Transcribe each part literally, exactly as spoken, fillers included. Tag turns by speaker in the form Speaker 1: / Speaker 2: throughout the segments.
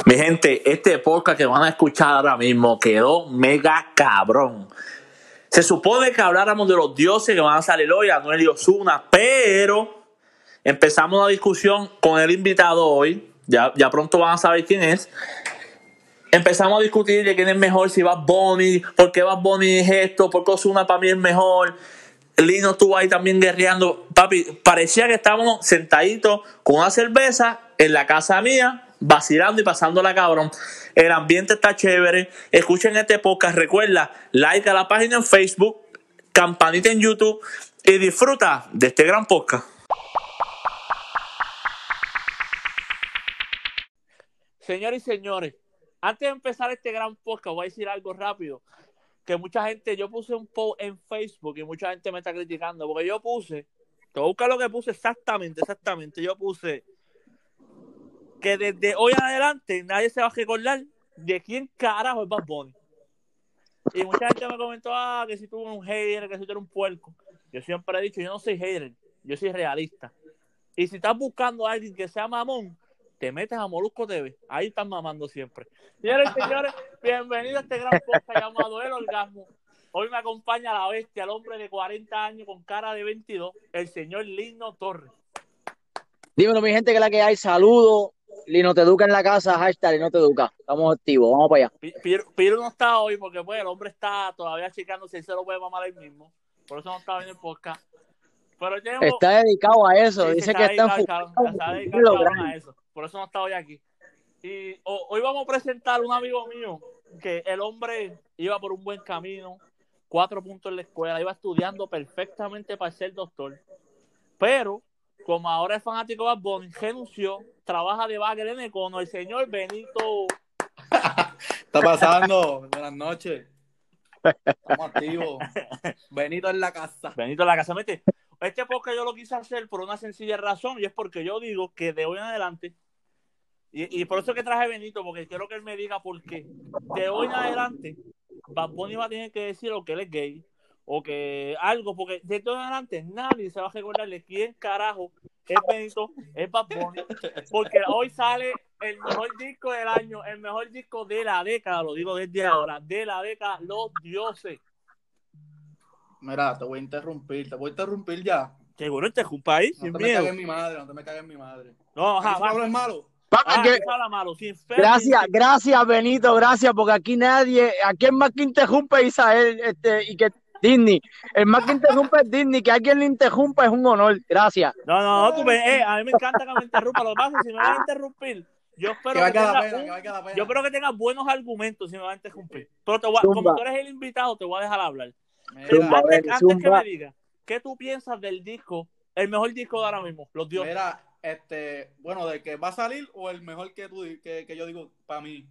Speaker 1: Mi gente, este podcast que van a escuchar ahora mismo quedó mega cabrón. Se supone que habláramos de los dioses que van a salir hoy, Anuel y Ozuna, pero empezamos una discusión con el invitado hoy. Ya, ya pronto van a saber quién es. Empezamos a discutir de quién es mejor, si Bad Bunny, por qué Bad Bunny es esto, por qué Ozuna para mí es mejor. Lino estuvo ahí también guerreando. Papi, parecía que estábamos sentaditos con una cerveza en la casa mía, vacilando y pasándola cabrón. El ambiente está chévere. Escuchen este podcast. Recuerda, like a la página en Facebook, campanita en YouTube y disfruta de este gran podcast. Señores y señores, antes de empezar este gran podcast, voy a decir algo rápido. Que mucha gente, yo puse un post en Facebook y mucha gente me está criticando, porque yo puse, te voy a buscar lo que puse exactamente, exactamente, yo puse que desde hoy en adelante nadie se va a recordar de quién carajo es Bad Bunny. Y mucha gente me comentó, ah, que si tú eres un hater, que si tú eres un puerco. Yo siempre he dicho, yo no soy hater, yo soy realista. Y si estás buscando a alguien que sea mamón, te metes a Molusco T V. Ahí están mamando siempre. Señores y señores, bienvenidos a este gran podcast llamado El Orgasmo. Hoy me acompaña la bestia, el hombre de cuarenta años con cara de veintidós, el señor Lino Torres.
Speaker 2: Dímelo, mi gente, que es la que hay. Saludos. Lino te educa en la casa, hashtag Lino te educa. Estamos activos, vamos para allá.
Speaker 1: Piro, Piro no está hoy porque pues, el hombre está todavía checando si él se lo puede mamar él mismo. Por eso no está en el podcast. Pero tenemos...
Speaker 2: Está dedicado a eso.
Speaker 1: Sí,
Speaker 2: dice
Speaker 1: está
Speaker 2: que está
Speaker 1: dedicado,
Speaker 2: enfocado.
Speaker 1: está dedicado a eso. Por eso no está hoy aquí. Y o, hoy vamos a presentar a un amigo mío que el hombre iba por un buen camino, cuatro puntos en la escuela, iba estudiando perfectamente para ser doctor. Pero, como ahora es fanático de Bad Bunny, renunció, trabaja de bagger en Econo, el señor Benito.
Speaker 3: Está pasando, buenas noches. Estamos activos. Benito en la casa.
Speaker 1: Benito en la casa. Mete. Este podcast yo lo quise hacer por una sencilla razón, y es porque yo digo que de hoy en adelante, y, y por eso que traje a Benito, porque quiero que él me diga por qué. De hoy en adelante, Bad Bunny va a tener que decir o que él es gay, o que algo, porque de hoy en adelante nadie se va a recordar de quién carajo es Benito, es Bad Bunny, porque hoy sale el mejor disco del año, el mejor disco de la década, lo digo desde ahora, de la década, Los Dioses.
Speaker 3: Mira, te voy a interrumpir, te voy a interrumpir ya.
Speaker 1: Seguro interrumpa ahí,
Speaker 3: no
Speaker 1: sin
Speaker 3: te
Speaker 1: miedo.
Speaker 3: me cagues en mi madre, no te me cagues en mi madre.
Speaker 1: No, jamás.
Speaker 3: ¿Eso es malo?
Speaker 1: Ah,
Speaker 2: que...
Speaker 1: malo, sin fe,
Speaker 2: gracias,
Speaker 1: sin...
Speaker 2: gracias, Benito, gracias, porque aquí nadie, aquí es más que interrumpe Isael, este, y que Disney, el más que interrumpe es Disney, que alguien le interrumpa es un honor, gracias.
Speaker 1: No, no, no, tú ves, eh, a mí me encanta que me interrumpa, lo que pasa es que si me vas a interrumpir, yo espero que, que, tenga pena, un, que, que pena. Yo espero que tengas buenos argumentos si me vas a interrumpir, pero te voy a, como tú eres el invitado, te voy a dejar hablar.
Speaker 2: Zumba,
Speaker 1: antes
Speaker 2: ven,
Speaker 1: antes que me digas, ¿qué tú piensas del disco, el mejor disco de ahora mismo, Los Dioses?
Speaker 3: Mira, este, bueno, ¿de que va a salir o el mejor que tú que, que yo digo para mí?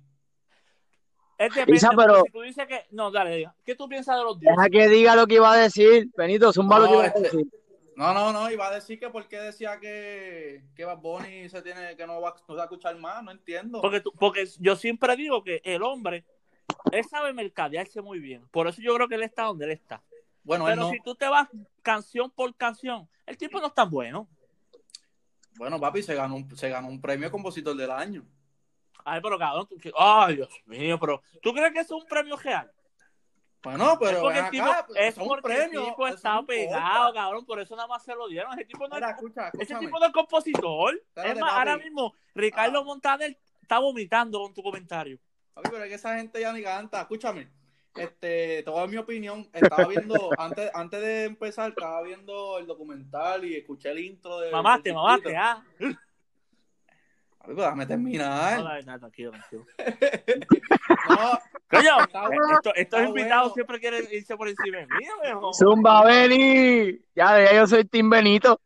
Speaker 1: Es depende, Isa, pero... si tú dices que... No, dale, diga. ¿Qué tú piensas de Los Dioses?
Speaker 2: Deja que diga lo que iba a decir, Benito, zumba
Speaker 3: no,
Speaker 2: lo que iba
Speaker 3: este...
Speaker 2: a decir.
Speaker 3: No, no, no, iba a decir que porque decía que, que Bad Bunny se tiene, que no va, no va a escuchar más, no entiendo.
Speaker 1: Porque, tú, porque yo siempre digo que el hombre, él sabe mercadearse muy bien. Por eso yo creo que él está donde él está.
Speaker 3: Bueno,
Speaker 1: pero
Speaker 3: no...
Speaker 1: si tú te vas canción por canción, el tipo no es tan bueno.
Speaker 3: Bueno, papi, se ganó un, se ganó un premio compositor del año.
Speaker 1: Ay, pero cabrón, tú, ay, Dios mío, pero ¿tú crees que es un premio real?
Speaker 3: Bueno, pero
Speaker 1: es porque
Speaker 3: ven
Speaker 1: el tipo,
Speaker 3: acá,
Speaker 1: es
Speaker 3: es un
Speaker 1: porque
Speaker 3: premio,
Speaker 1: el tipo está pegado, cabrón, por eso nada más se lo dieron. Ese tipo no,
Speaker 3: Mira,
Speaker 1: es,
Speaker 3: escucha,
Speaker 1: ese tipo no es compositor.
Speaker 3: Espérate,
Speaker 1: es más,
Speaker 3: papi.
Speaker 1: ahora mismo Ricardo ah. Montaner está vomitando con tu comentario.
Speaker 3: Papi, pero es que esa gente ya ni canta. Escúchame, este, te voy a dar mi opinión. Estaba viendo, antes, antes de empezar, estaba viendo el documental y escuché el intro de.
Speaker 1: Mamaste, mamaste, ah.
Speaker 3: Papi, pues déjame terminar.
Speaker 1: No, no, no, tranquilo, tranquilo.
Speaker 3: No,
Speaker 1: coño, estos esto invitados bueno. Siempre quieren irse por encima de mí, viejo.
Speaker 2: Zumba, Beni. Ya, ya yo soy Team Benito.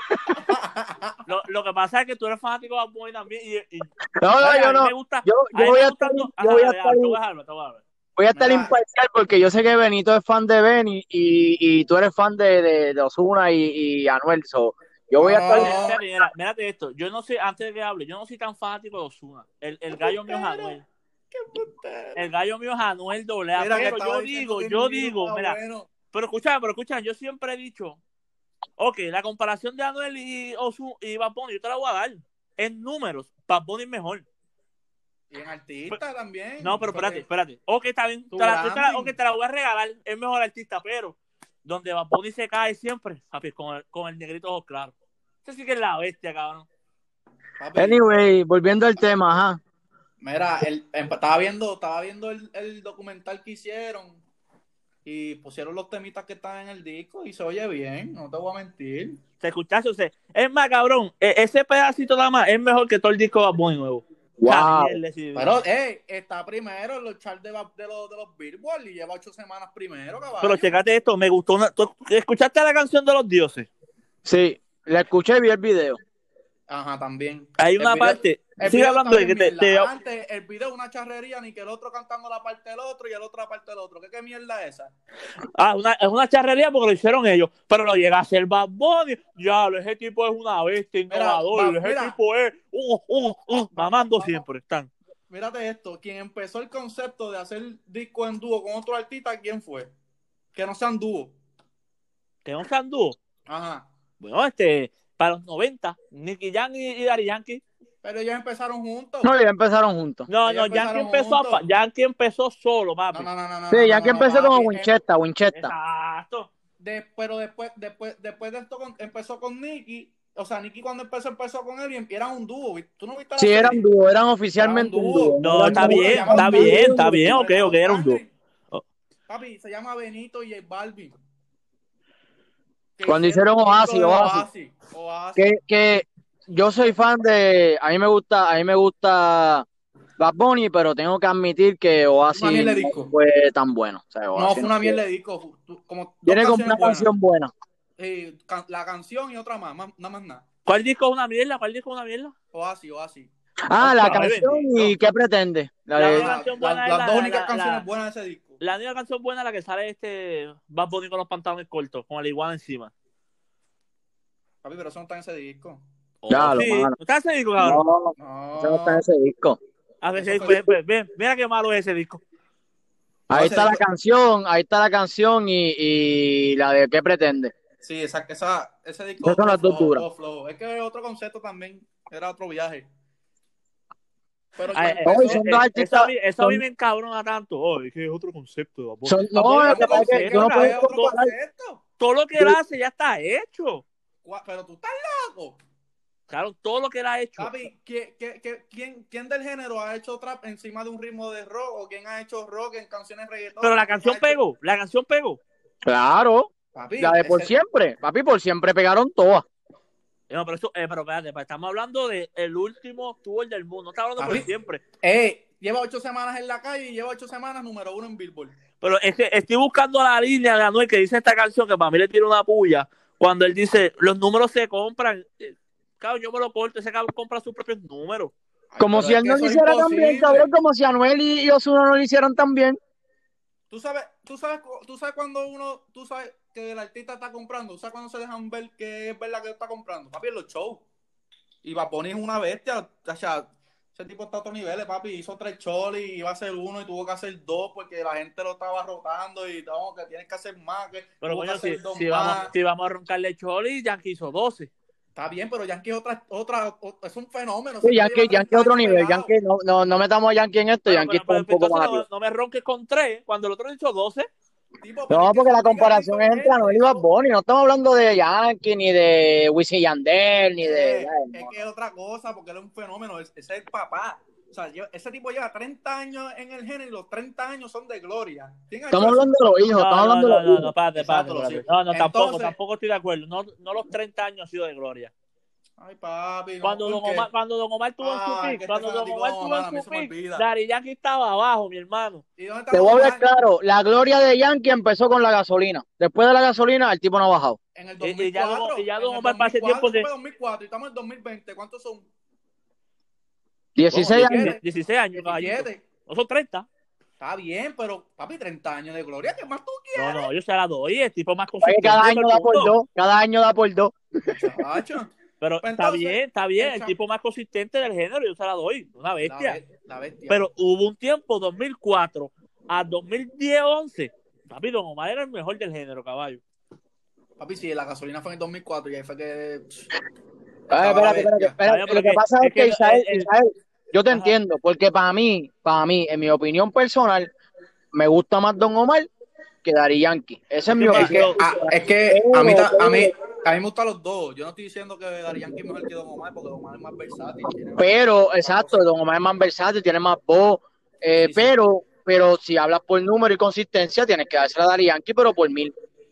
Speaker 1: Lo, lo que pasa es que tú eres fanático de Bad Bunny también. Y, y,
Speaker 2: no, no,
Speaker 1: ¿sabes?
Speaker 2: yo
Speaker 1: a
Speaker 2: no.
Speaker 1: Me gusta,
Speaker 2: yo yo voy, a estar, yo
Speaker 1: Ajá,
Speaker 2: voy a
Speaker 1: dale,
Speaker 2: estar.
Speaker 1: Te voy a dejar, te voy a dejar.
Speaker 2: Voy a estar Mira. imparcial porque yo sé que Benito es fan de Benny y, y tú eres fan de, de, de Ozuna y, y Anuel. So, yo voy a estar.
Speaker 1: Mira, mira, mírate esto. Yo no sé, antes de que hable, yo no soy tan fanático de Ozuna. El, el gallo mío es Anuel. El gallo mío es Anuel doble A. Pero yo digo, yo digo, mira. Bueno. Pero escucha, pero escucha, yo siempre he dicho, ok, la comparación de Anuel y Ozuna y Bad Bunny, yo te la voy a dar. En números, Bad Bunny es mejor.
Speaker 3: Y en artista también.
Speaker 1: No, pero espérate, espérate. Ok, está bien.
Speaker 3: Tu
Speaker 1: Te la, te la-
Speaker 3: branding.
Speaker 1: ok, te la voy a regalar. Es mejor artista, pero donde Bad Bunny se cae siempre, papi, con el, con el negrito ojos claros. Ese sí que es la bestia, cabrón.
Speaker 3: Papi,
Speaker 2: Anyway, volviendo al tema, ajá.
Speaker 3: mira, el, em- estaba viendo, estaba viendo el, el documental que hicieron y pusieron los temitas que están en el disco y se oye bien, no te voy a mentir.
Speaker 1: Se escuchaste, o sea, es más, cabrón, e- ese pedacito nada más es mejor que todo el disco de Bad Bunny nuevo.
Speaker 2: Wow.
Speaker 1: Camiel, sí.
Speaker 3: Pero, eh, está primero en los charts de, ba- de los, de los Billboard y lleva ocho semanas primero, caballo.
Speaker 1: Pero checate esto, me gustó una... ¿Tú escuchaste la canción de los dioses?
Speaker 2: Sí, la escuché y vi el video.
Speaker 3: Ajá, también.
Speaker 1: Hay
Speaker 3: El
Speaker 1: una
Speaker 3: video-
Speaker 1: parte...
Speaker 3: El
Speaker 1: Sigue
Speaker 3: video
Speaker 1: hablando de
Speaker 3: está
Speaker 1: que
Speaker 3: bien
Speaker 1: te...
Speaker 3: mierda.
Speaker 1: te-
Speaker 3: Antes, el video una charrería, ni que el otro cantando la parte del otro y el otro la parte del otro. ¿Qué, qué mierda es esa?
Speaker 1: Ah, una, es una charrería porque lo hicieron ellos, pero lo llega a hacer Bad Bunny. Ya, ese tipo es una bestia, innovador.
Speaker 3: Mira,
Speaker 1: ese
Speaker 3: mira.
Speaker 1: tipo es... Uh, uh, uh, mamando
Speaker 3: Vamos.
Speaker 1: siempre, están.
Speaker 3: Mírate esto, quien empezó el concepto de hacer disco en dúo con otro artista, ¿quién fue? Que no sean dúo.
Speaker 1: ¿Que no sean dúo?
Speaker 3: Ajá.
Speaker 1: Bueno, este... Para los noventa, Nicky Jam y, y Daddy Yankee.
Speaker 3: Pero ellos empezaron juntos.
Speaker 2: No, ya empezaron juntos.
Speaker 1: No,
Speaker 3: Ellos
Speaker 1: no, Yankee
Speaker 3: empezaron
Speaker 1: empezó, a,
Speaker 3: juntos.
Speaker 1: pa- Yankee empezó solo, papi.
Speaker 3: No, no, no, no, no.
Speaker 2: Sí,
Speaker 3: no,
Speaker 2: ya
Speaker 3: no,
Speaker 2: que
Speaker 3: no,
Speaker 2: empecé
Speaker 3: papi.
Speaker 2: como
Speaker 3: Eh,
Speaker 2: Winchester, Winchester.
Speaker 1: Exacto.
Speaker 3: de- pero después, después, después de esto con- empezó con Nicky. O sea, Nicky cuando empezó, empezó con él y eran un dúo. ¿Tú no viste la
Speaker 2: Sí,
Speaker 3: serie?
Speaker 2: eran dúo, eran oficialmente
Speaker 3: Eran
Speaker 2: un
Speaker 3: dúo.
Speaker 2: dúo.
Speaker 1: No,
Speaker 2: Eran
Speaker 1: está
Speaker 2: dúo,
Speaker 1: bien,
Speaker 2: se llaman
Speaker 1: está
Speaker 2: dúo.
Speaker 1: bien, está bien, ok, ok, era un dúo. Oh.
Speaker 3: Papi, se llama Benito y J Balvin. Que
Speaker 2: Cuando hicieron
Speaker 3: un disco
Speaker 2: Oasis,
Speaker 3: de
Speaker 2: Oasis.
Speaker 3: Oasis, Oasis.
Speaker 2: Que, que yo soy fan de, a mí me gusta, a mí me gusta Bad Bunny, pero tengo que admitir que Oasis
Speaker 3: Una mierda de
Speaker 2: no
Speaker 3: disco.
Speaker 2: fue tan bueno. O sea,
Speaker 3: No,
Speaker 2: Oasis
Speaker 3: fue una mierda de disco. Como dos
Speaker 2: Tiene como
Speaker 3: canciones
Speaker 2: una
Speaker 3: buenas.
Speaker 2: canción buena.
Speaker 3: Eh, can- la canción y otra más, más- nada más nada.
Speaker 1: ¿Cuál disco es una mierda? ¿Cuál disco es una mierda?
Speaker 3: Oasis, Oasis.
Speaker 2: Ah, la
Speaker 1: Ay,
Speaker 2: canción
Speaker 1: bendito.
Speaker 2: y ¿qué pretende? La
Speaker 1: La
Speaker 2: de-
Speaker 1: única canción buena
Speaker 3: la-
Speaker 1: es
Speaker 3: las
Speaker 1: la-
Speaker 3: dos
Speaker 1: la-
Speaker 3: únicas
Speaker 1: la-
Speaker 3: canciones
Speaker 1: la-
Speaker 3: buenas de ese disco.
Speaker 1: La única canción buena es la que sale este Bad Bunny con los pantalones cortos, con el igual encima.
Speaker 3: Papi, pero eso no está en ese disco.
Speaker 1: Oh,
Speaker 2: Ya, lo
Speaker 1: sí.
Speaker 2: malo.
Speaker 1: ¿No está ese disco, cabrón?
Speaker 2: No,
Speaker 3: No.
Speaker 2: eso no está en ese disco.
Speaker 1: A ver,
Speaker 3: Eso
Speaker 1: sí,
Speaker 3: fue-
Speaker 1: pues, pues, ven, mira qué malo es ese disco.
Speaker 3: No,
Speaker 2: Ahí
Speaker 3: ese
Speaker 2: está la
Speaker 3: disco-
Speaker 2: canción, ahí está la canción y, y la de ¿qué pretende?
Speaker 3: Sí, esa, esa, ese disco
Speaker 2: Esas son las dos
Speaker 3: flow,
Speaker 2: duras.
Speaker 3: todo flow. Es que otro concepto también era otro viaje. Pero
Speaker 1: Ay,
Speaker 3: cuando
Speaker 1: eh,
Speaker 2: Oye,
Speaker 3: empezó-
Speaker 2: son
Speaker 1: eh,
Speaker 2: dos
Speaker 1: eh,
Speaker 2: artistas-
Speaker 1: eso a mí, eso a mí
Speaker 2: son-
Speaker 1: me encabrona tanto. Oh, es que es otro concepto de Bad Bunny.
Speaker 2: Son- no,
Speaker 1: Bad Bunny
Speaker 2: lo
Speaker 1: es
Speaker 2: que
Speaker 1: otro
Speaker 2: pasa es que
Speaker 1: concepto,
Speaker 2: tú no puedes
Speaker 3: es otro
Speaker 2: comparar.
Speaker 3: concepto.
Speaker 1: todo lo que él hace ya está hecho.
Speaker 3: Gua- Pero tú estás loco.
Speaker 1: Claro, todo lo que él ha hecho.
Speaker 3: Papi, ¿qué- qué- qué- quién, ¿quién del género ha hecho trap encima de un ritmo de rock? ¿O quién ha hecho rock en canciones reggaetón?
Speaker 1: Pero la
Speaker 3: ¿Quién
Speaker 1: canción
Speaker 3: ha hecho-
Speaker 1: pegó, la canción pegó.
Speaker 2: Claro,
Speaker 3: Papi,
Speaker 2: la de por
Speaker 3: ese-
Speaker 2: siempre. Papi, por siempre pegaron todas.
Speaker 1: No, pero eso, eh, pero espérate, pues, estamos hablando del el último tour del mundo. No estamos hablando
Speaker 3: Papi.
Speaker 1: por siempre.
Speaker 3: Eh, lleva ocho semanas en la calle y lleva ocho semanas número uno en Billboard.
Speaker 1: Pero es que estoy buscando la línea de Anuel que dice esta canción que para mí le tira una puya. Cuando él dice, los números se compran. Eh, Cabrón, yo me lo corto, ese cabrón compra sus propios números.
Speaker 2: Como
Speaker 3: Pero
Speaker 2: si
Speaker 3: es
Speaker 2: él
Speaker 3: que
Speaker 2: no
Speaker 3: eso
Speaker 2: lo
Speaker 3: es
Speaker 2: hiciera tan bien,
Speaker 3: imposible.
Speaker 2: cabrón, como si Anuel y, y Ozuna no lo hicieran tan bien.
Speaker 3: Tú sabes, tú sabes, tú sabes cuando uno, tú sabes que el artista está comprando, tú sabes cuando se dejan ver que es verdad que está comprando, papi, en los shows. Y Bad Bunny es una bestia, o sea, ese tipo está a otros niveles, papi, hizo tres shows y iba a hacer uno y tuvo que hacer dos porque la gente lo estaba rotando y no, que tienes que hacer más, que
Speaker 1: Pero
Speaker 3: tuvo que
Speaker 1: coño, si,
Speaker 3: hacer dos
Speaker 1: si
Speaker 3: más.
Speaker 1: vamos, si vamos a roncarle Choli, Yankee hizo doce.
Speaker 3: Está bien, pero Yankee es otra, otra, o- es un fenómeno.
Speaker 2: Sí,
Speaker 3: Ese
Speaker 2: Yankee,
Speaker 3: tipo lleva
Speaker 2: Yankee
Speaker 3: treinta
Speaker 2: otro
Speaker 3: años
Speaker 2: nivel.
Speaker 3: pegado.
Speaker 2: Yankee, no, no, no metamos a Yankee en esto.
Speaker 1: Pero,
Speaker 2: Yankee
Speaker 1: pero,
Speaker 2: está
Speaker 1: pero,
Speaker 2: un poco
Speaker 1: entonces
Speaker 2: más
Speaker 1: no,
Speaker 2: arriba.
Speaker 1: no me ronques con tres, cuando el otro hizo doce.
Speaker 3: Tipo, pero
Speaker 2: No,
Speaker 3: es que
Speaker 2: porque
Speaker 3: son
Speaker 2: la comparación es
Speaker 3: gigantes,
Speaker 2: entre Anuel y Bad Bunny. No estamos hablando de Yankee, ni de Wisin y Yandel, ni de...
Speaker 3: Eh, es que es otra cosa, porque él es un fenómeno, es- ese es el papá. O sea, yo- ese tipo lleva treinta años en el género y los treinta años son de gloria. ¿Quién ha
Speaker 2: Estamos
Speaker 3: hecho
Speaker 2: hablando de los hijos,
Speaker 1: No,
Speaker 2: estamos
Speaker 1: no,
Speaker 2: hablando de
Speaker 1: no,
Speaker 2: los
Speaker 1: no,
Speaker 2: hijos.
Speaker 1: no, espérate, espérate,
Speaker 3: Exacto,
Speaker 1: espérate.
Speaker 3: sí.
Speaker 1: No, no, tampoco,
Speaker 3: Entonces-
Speaker 1: tampoco estoy de acuerdo. No, no los treinta años han sido de gloria.
Speaker 3: eso? Ay, papi, no,
Speaker 1: Cuando
Speaker 3: ¿por
Speaker 1: Don
Speaker 3: qué?
Speaker 1: Omar, cuando Don Omar tuvo en
Speaker 3: Ah,
Speaker 1: su
Speaker 3: que
Speaker 1: pick,
Speaker 3: este
Speaker 1: cuando Don
Speaker 3: fanático
Speaker 1: Omar
Speaker 3: de
Speaker 1: tuvo
Speaker 3: Omar, a
Speaker 1: en
Speaker 3: mí
Speaker 1: su
Speaker 3: se me
Speaker 1: pick,
Speaker 3: olvida.
Speaker 1: Daddy Yankee estaba abajo, mi hermano.
Speaker 3: ¿Y dónde está
Speaker 2: Te
Speaker 3: Don
Speaker 2: voy a hablar
Speaker 3: Omar?
Speaker 2: claro, la gloria de Yankee empezó con la gasolina. Después de la gasolina, el tipo no ha bajado.
Speaker 3: En el
Speaker 1: Y- y ya
Speaker 3: dos mil cuatro.
Speaker 1: Don- y ya
Speaker 3: en
Speaker 1: Don
Speaker 3: el
Speaker 1: Omar para ese
Speaker 3: dos mil cuatro,
Speaker 1: tiempo se-
Speaker 3: fue dos mil cuatro y estamos en el dos mil veinte. ¿Cuántos son?
Speaker 2: dieciséis
Speaker 1: ¿Cómo?
Speaker 2: años.
Speaker 1: dieciséis años, caballito.
Speaker 3: diecisiete.
Speaker 1: No son treinta.
Speaker 3: Está bien, pero, papi, treinta años de gloria. ¿Qué más tú
Speaker 1: No,
Speaker 3: quieres?
Speaker 1: no, yo se la doy. El tipo más
Speaker 2: Oye,
Speaker 1: consistente
Speaker 2: cada
Speaker 1: del
Speaker 2: año da por
Speaker 1: mundo.
Speaker 2: dos. Cada año da por dos.
Speaker 3: Muchacho.
Speaker 1: Pero
Speaker 3: Pues
Speaker 1: está
Speaker 3: entonces,
Speaker 1: bien, está bien.
Speaker 3: el
Speaker 1: El
Speaker 3: cha-
Speaker 1: tipo más consistente del género, yo se la doy. Una
Speaker 3: La,
Speaker 1: bestia.
Speaker 3: be- la bestia.
Speaker 1: Pero hubo un tiempo, dos mil cuatro a dos mil diez, once. Papi, Don Omar era el mejor del género, caballo.
Speaker 3: Papi, sí, la gasolina fue en el dos mil cuatro y ahí fue que...
Speaker 2: Ay, espérate, espérate, espérate.
Speaker 1: Vaya, pero
Speaker 2: Lo que
Speaker 1: que-
Speaker 2: pasa
Speaker 1: es
Speaker 2: es que
Speaker 1: que
Speaker 2: Isael,
Speaker 1: el- el-
Speaker 2: Isael, yo te
Speaker 1: Ajá.
Speaker 2: entiendo, porque para mí, para mí, en mi opinión personal, me gusta más Don Omar que Daddy Yankee. Esa es mi
Speaker 1: Es
Speaker 3: Es que,
Speaker 2: opinión.
Speaker 1: que,
Speaker 3: a, es que a, mí, ta- a, mí, a mí me gustan los dos. Yo no estoy diciendo que Daddy Yankee es mejor que Don Omar, porque Don Omar es más versátil. Tiene más,
Speaker 2: Pero,
Speaker 3: más
Speaker 2: exacto,
Speaker 3: cosas.
Speaker 2: Don Omar es más versátil, tiene más voz, eh,
Speaker 3: Sí, sí.
Speaker 2: pero, pero si hablas por número y consistencia, tienes que dársela a Daddy Yankee, pero por mil.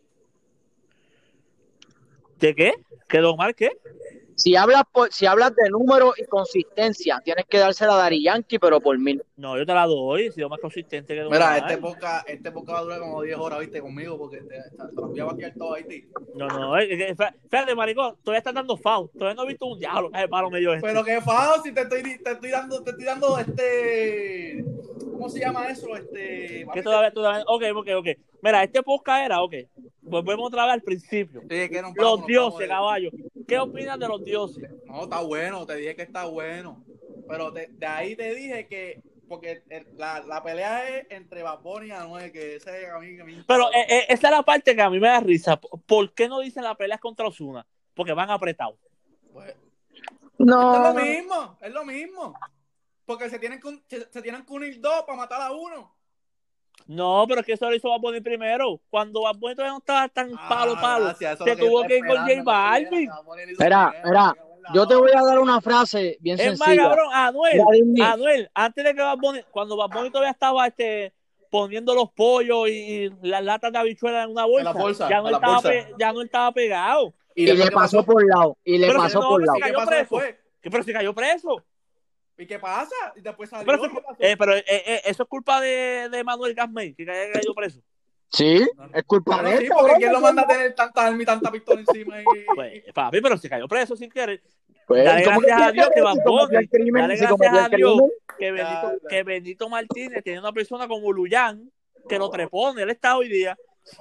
Speaker 1: ¿De qué? ¿Que Don Omar qué?
Speaker 2: Si hablas por, si hablas de número y consistencia, tienes que dársela a Daddy Yankee, pero por mil.
Speaker 1: No, yo te la doy, he sido más consistente que Don
Speaker 3: Mira,
Speaker 1: Omar.
Speaker 3: este podcast, este podcast va a durar como diez horas, ¿viste? Conmigo, porque te, te, te las voy a vaquear todo ahí, tío.
Speaker 1: No, no, es que, fíjate, maricón, todavía estás dando foul. Todavía no he visto un diablo que palo medio este.
Speaker 3: Pero qué fao, si te estoy, te estoy dando, te estoy dando este. ¿Cómo se llama eso? Este.
Speaker 1: Que todavía, todavía. Ok, ok, ok. Mira, este podcast era, ok. Volvemos otra vez al principio.
Speaker 3: Sí, que nos vamos,
Speaker 1: Los
Speaker 3: nos
Speaker 1: dioses,
Speaker 3: vamos de-
Speaker 1: caballo. ¿Qué opinas de los dioses?
Speaker 3: No, está bueno, te dije que está bueno. Pero te- de ahí te dije que. Porque el- la, la pelea es entre Bad Bunny y Anuel, que ese es a mí, a mí
Speaker 1: Pero eh, eh, esa es la parte que a mí me da risa. ¿Por qué no dicen la pelea es contra Ozuna? Porque van apretados.
Speaker 3: pues,
Speaker 2: No,
Speaker 3: esto es lo mismo, es lo mismo. Porque se tienen, que, se, se tienen que unir dos para matar a uno.
Speaker 1: No, pero es que eso lo hizo Bad Bunny primero. Cuando Bad Bunny todavía no estaba tan palo, palo,
Speaker 3: gracias, eso
Speaker 1: se
Speaker 3: es lo
Speaker 1: tuvo
Speaker 3: yo
Speaker 1: que ir con
Speaker 3: estaba
Speaker 1: J
Speaker 3: esperando,
Speaker 1: Balvin.
Speaker 3: que Bad Bunny le hizo
Speaker 2: Mira,
Speaker 3: primero,
Speaker 2: mira,
Speaker 3: que fue la
Speaker 2: yo te
Speaker 3: otra.
Speaker 2: voy a dar una frase bien
Speaker 1: Es más,
Speaker 2: sencilla.
Speaker 1: cabrón, Anuel,
Speaker 2: Mira, Disney.
Speaker 1: Anuel, antes de que Bad Bunny, cuando Bad Bunny todavía estaba este, poniendo los pollos y, y las latas de habichuelas en una bolsa,
Speaker 3: En la bolsa,
Speaker 1: ya, no
Speaker 3: en la
Speaker 1: estaba
Speaker 3: bolsa.
Speaker 1: pe- ya no estaba pegado.
Speaker 3: Y
Speaker 2: Y
Speaker 3: después,
Speaker 2: le
Speaker 3: ¿qué
Speaker 2: pasó
Speaker 3: pasó?
Speaker 2: por lado, y le
Speaker 1: Pero si
Speaker 2: pasó
Speaker 1: no,
Speaker 2: por
Speaker 1: pero
Speaker 2: lado.
Speaker 1: si
Speaker 3: ¿Y qué
Speaker 1: cayó
Speaker 3: pasó
Speaker 1: preso.
Speaker 3: después?
Speaker 1: ¿Qué, pero si cayó preso.
Speaker 3: ¿Y qué pasa? Y después salió.
Speaker 1: Pero, eso,
Speaker 3: ¿Qué pasó?
Speaker 1: eh, pero eh, eh, eso es culpa de, de Manuel Gasmey, que haya caído preso.
Speaker 2: Sí, es culpa
Speaker 3: Bueno,
Speaker 2: de
Speaker 3: sí,
Speaker 2: él,
Speaker 3: porque
Speaker 2: cabrón,
Speaker 3: ¿quién lo
Speaker 2: eso
Speaker 3: manda a
Speaker 2: no-
Speaker 3: tener tanta arma y tanta pistola encima? Y...
Speaker 1: Pues, papi, pero si cayó preso sin querer.
Speaker 2: Pues,
Speaker 1: Dale
Speaker 2: ¿cómo que
Speaker 1: gracias a
Speaker 2: tiene
Speaker 1: Dios
Speaker 2: que
Speaker 1: que
Speaker 2: ver
Speaker 1: Bad
Speaker 2: si cometió
Speaker 1: Bunny,
Speaker 2: el crimen?
Speaker 1: dale
Speaker 2: Si
Speaker 1: gracias
Speaker 2: cometió
Speaker 1: a
Speaker 2: el
Speaker 1: Dios
Speaker 2: crimen.
Speaker 1: que Benito,
Speaker 3: Ya, ya.
Speaker 1: que Benito Martínez tiene una persona como Luyan que lo trepone, él está hoy día.